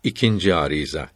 İkinci ariza.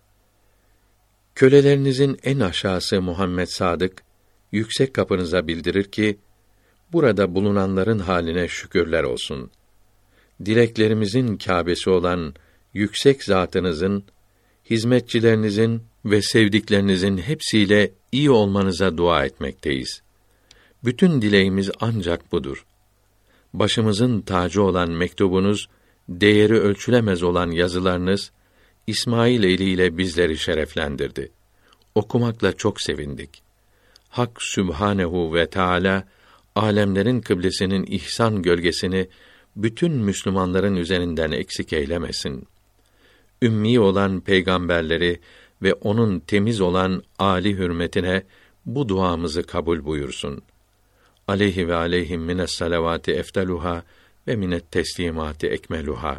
Kölelerinizin en aşağısı Muhammed Sadık, yüksek kapınıza bildirir ki, burada bulunanların haline şükürler olsun. Dileklerimizin Kâbesi olan yüksek zatınızın, hizmetçilerinizin ve sevdiklerinizin hepsiyle iyi olmanıza dua etmekteyiz. Bütün dileğimiz ancak budur. Başımızın tacı olan mektubunuz, değeri ölçülemez olan yazılarınız, İsmail eliyle bizleri şereflendirdi. Okumakla çok sevindik. Hak Sübhanehu ve Teâlâ, âlemlerin kıblesinin ihsan gölgesini bütün Müslümanların üzerinden eksik eylemesin. Ümmi olan peygamberleri ve onun temiz olan âli hürmetine bu duamızı kabul buyursun. Aleyhi ve aleyhim mines salavati efteluha ve minet teslimati ekmeluha.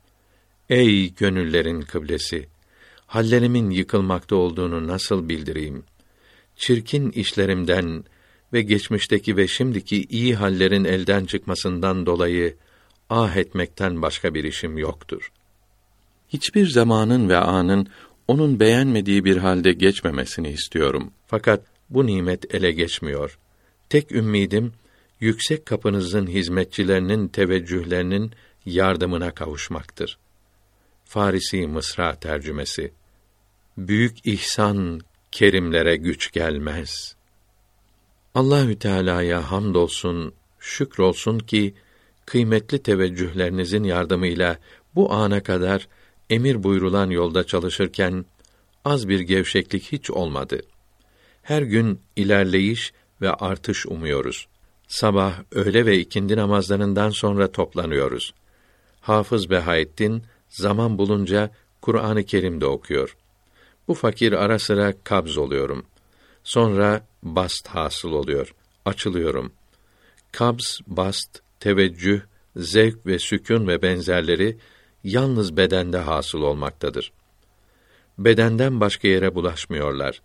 Ey gönüllerin kıblesi! Hallerimin yıkılmakta olduğunu nasıl bildireyim? Çirkin işlerimden ve geçmişteki ve şimdiki iyi hallerin elden çıkmasından dolayı ah etmekten başka bir işim yoktur. Hiçbir zamanın ve anın onun beğenmediği bir halde geçmemesini istiyorum. Fakat bu nimet ele geçmiyor. Tek ümmidim, yüksek kapınızın hizmetçilerinin teveccühlerinin yardımına kavuşmaktır. Farisi Mısra tercümesi. Büyük ihsan kerimlere güç gelmez. Allahü Teala'ya hamdolsun, şükrolsun ki kıymetli teveccühlerinizin yardımıyla bu ana kadar emir buyrulan yolda çalışırken az bir gevşeklik hiç olmadı. Her gün ilerleyiş ve artış umuyoruz. Sabah, öğle ve ikindi namazlarından sonra toplanıyoruz. Hafız Behaettin zaman bulunca Kur'an-ı Kerim'de okuyor. Bu fakir ara sıra kabz oluyorum. Sonra bast hasıl oluyor. Açılıyorum. Kabz, bast, teveccüh, zevk ve sükûn ve benzerleri yalnız bedende hasıl olmaktadır. Bedenden başka yere bulaşmıyorlar.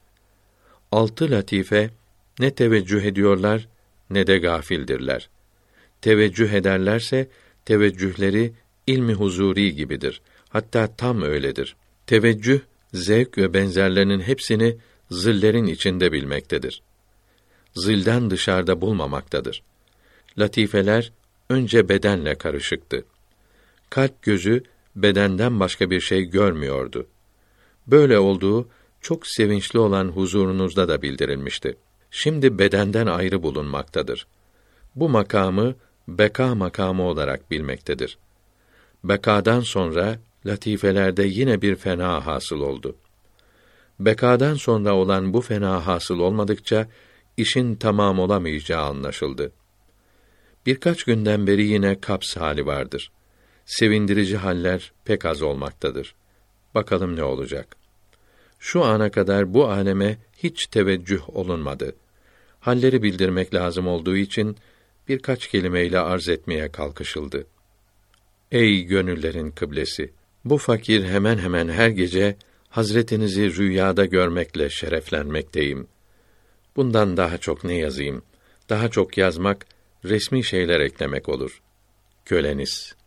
6 latife ne teveccüh ediyorlar ne de gafildirler. Teveccüh ederlerse teveccühleri ilmi huzuri gibidir. Hatta tam öyledir. Teveccüh, zevk ve benzerlerinin hepsini zillerin içinde bilmektedir. Zilden dışarıda bulmamaktadır. Latifeler önce bedenle karışıktı. Kalp gözü bedenden başka bir şey görmüyordu. Böyle olduğu çok sevinçli olan huzurunuzda da bildirilmişti. Şimdi bedenden ayrı bulunmaktadır. Bu makamı beka makamı olarak bilmektedir. Bekadan sonra latifelerde yine bir fena hasıl oldu. Bekadan sonra olan bu fena hasıl olmadıkça işin tamam olamayacağı anlaşıldı. Birkaç günden beri yine kaps hali vardır. Sevindirici haller pek az olmaktadır. Bakalım ne olacak? Şu ana kadar bu aleme hiç teveccüh olunmadı. Halleri bildirmek lazım olduğu için birkaç kelimeyle arz etmeye kalkışıldı. Ey gönüllerin kıblesi! Bu fakir hemen hemen her gece Hazretinizi rüyada görmekle şereflenmekteyim. Bundan daha çok ne yazayım? Daha çok yazmak, resmi şeyler eklemek olur. Köleniz.